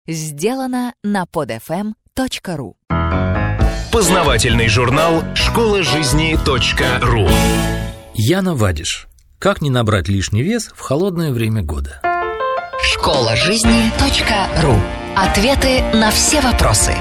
Сделано на podfm.ru. Познавательный журнал «Школа жизни.ру». Яна Вадиш. Как не набрать лишний вес в холодное время года? Школа жизни.ру. Ответы на все вопросы.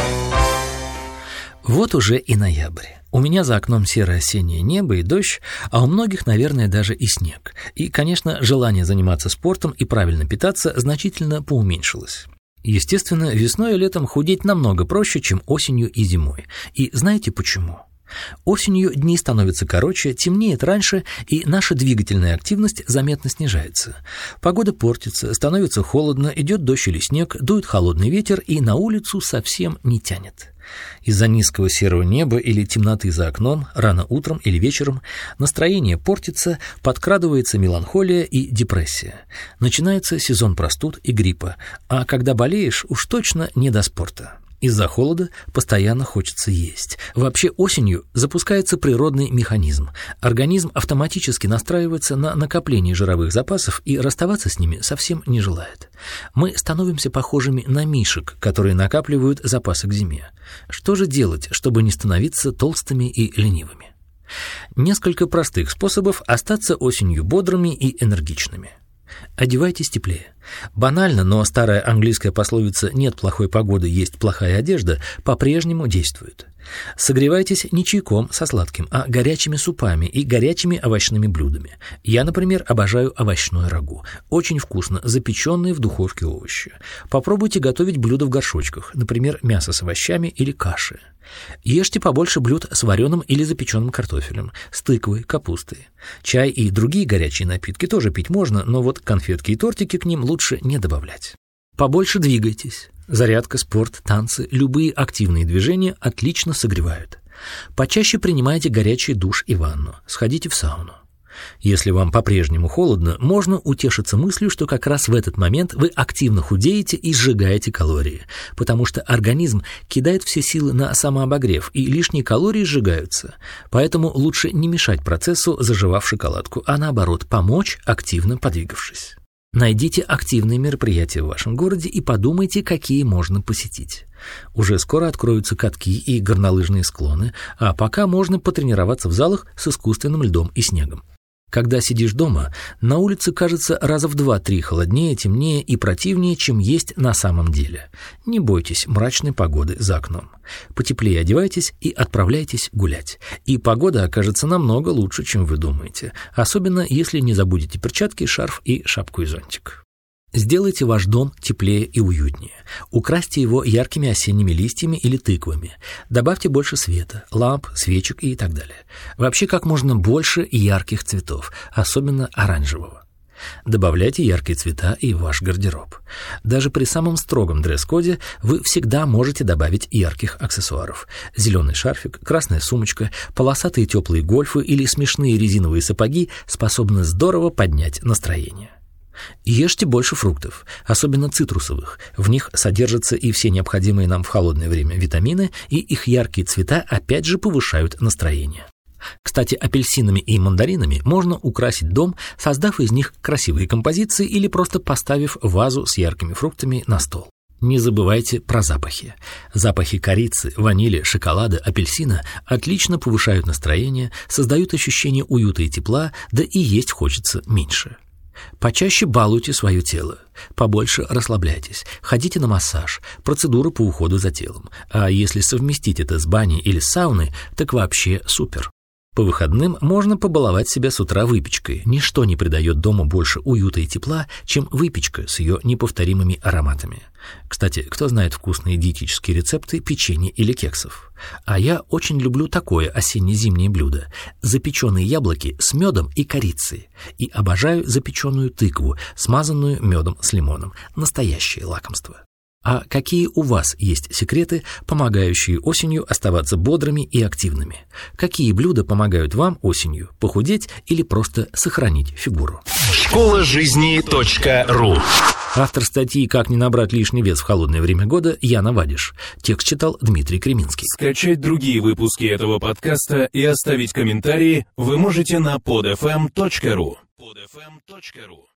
Вот уже и ноябрь. У меня за окном серое осеннее небо и дождь, а у многих, наверное, даже и снег. И, конечно, желание заниматься спортом и правильно питаться значительно поуменьшилось. Естественно, весной и летом худеть намного проще, чем осенью и зимой. И знаете почему? Осенью дни становятся короче, темнеет раньше, и наша двигательная активность заметно снижается. Погода портится, становится холодно, идет дождь или снег, дует холодный ветер, и на улицу совсем не тянет. Из-за низкого серого неба или темноты за окном, рано утром или вечером, настроение портится, подкрадывается меланхолия и депрессия. Начинается сезон простуд и гриппа, а когда болеешь, уж точно не до спорта. Из-за холода постоянно хочется есть. Вообще осенью запускается природный механизм. Организм автоматически настраивается на накопление жировых запасов и расставаться с ними совсем не желает. Мы становимся похожими на мишек, которые накапливают запасы к зиме. Что же делать, чтобы не становиться толстыми и ленивыми? Несколько простых способов остаться осенью бодрыми и энергичными. Одевайтесь теплее. Банально, но старая английская пословица «нет плохой погоды, есть плохая одежда» по-прежнему действует. Согревайтесь не чайком со сладким, а горячими супами и горячими овощными блюдами. Я, например, обожаю овощное рагу. Очень вкусно, запеченные в духовке овощи. Попробуйте готовить блюда в горшочках, например, мясо с овощами или каши. Ешьте побольше блюд с вареным или запеченным картофелем, с тыквой, капустой. Чай и другие горячие напитки тоже пить можно, но вот конфетки и тортики к ним лучше не добавлять. Побольше двигайтесь. Зарядка, спорт, танцы, любые активные движения отлично согревают. Почаще принимайте горячий душ и ванну, сходите в сауну. Если вам по-прежнему холодно, можно утешиться мыслью, что как раз в этот момент вы активно худеете и сжигаете калории, потому что организм кидает все силы на самообогрев, и лишние калории сжигаются. Поэтому лучше не мешать процессу, заживав шоколадку, а наоборот, помочь, активно подвигавшись. Найдите активные мероприятия в вашем городе и подумайте, какие можно посетить. Уже скоро откроются катки и горнолыжные склоны, а пока можно потренироваться в залах с искусственным льдом и снегом. Когда сидишь дома, на улице кажется раза в 2-3 холоднее, темнее и противнее, чем есть на самом деле. Не бойтесь мрачной погоды за окном. Потеплее одевайтесь и отправляйтесь гулять. И погода окажется намного лучше, чем вы думаете, особенно если не забудете перчатки, шарф и шапку и зонтик. Сделайте ваш дом теплее и уютнее. Украсьте его яркими осенними листьями или тыквами. Добавьте больше света, ламп, свечек и так далее. Вообще как можно больше ярких цветов, особенно оранжевого. Добавляйте яркие цвета и в ваш гардероб. Даже при самом строгом дресс-коде вы всегда можете добавить ярких аксессуаров. Зеленый шарфик, красная сумочка, полосатые теплые гольфы или смешные резиновые сапоги способны здорово поднять настроение. Ешьте больше фруктов, особенно цитрусовых. В них содержатся и все необходимые нам в холодное время витамины, и их яркие цвета опять же повышают настроение. Кстати, апельсинами и мандаринами можно украсить дом, создав из них красивые композиции или просто поставив вазу с яркими фруктами на стол. Не забывайте про запахи. Запахи корицы, ванили, шоколада, апельсина отлично повышают настроение, создают ощущение уюта и тепла, да и есть хочется меньше. Почаще балуйте свое тело, побольше расслабляйтесь, ходите на массаж, процедуры по уходу за телом. А если совместить это с баней или сауной, так вообще супер. По выходным можно побаловать себя с утра выпечкой. Ничто не придает дому больше уюта и тепла, чем выпечка с ее неповторимыми ароматами. Кстати, кто знает вкусные диетические рецепты печенья или кексов? А я очень люблю такое осенне-зимнее блюдо – запеченные яблоки с медом и корицей. И обожаю запеченную тыкву, смазанную медом с лимоном. Настоящее лакомство. А какие у вас есть секреты, помогающие осенью оставаться бодрыми и активными? Какие блюда помогают вам осенью похудеть или просто сохранить фигуру? Школа жизни.ру. Автор статьи «Как не набрать лишний вес в холодное время года» Яна Вадиш. Текст читал Дмитрий Креминский. Скачать другие выпуски этого подкаста и оставить комментарии вы можете на podfm.ru.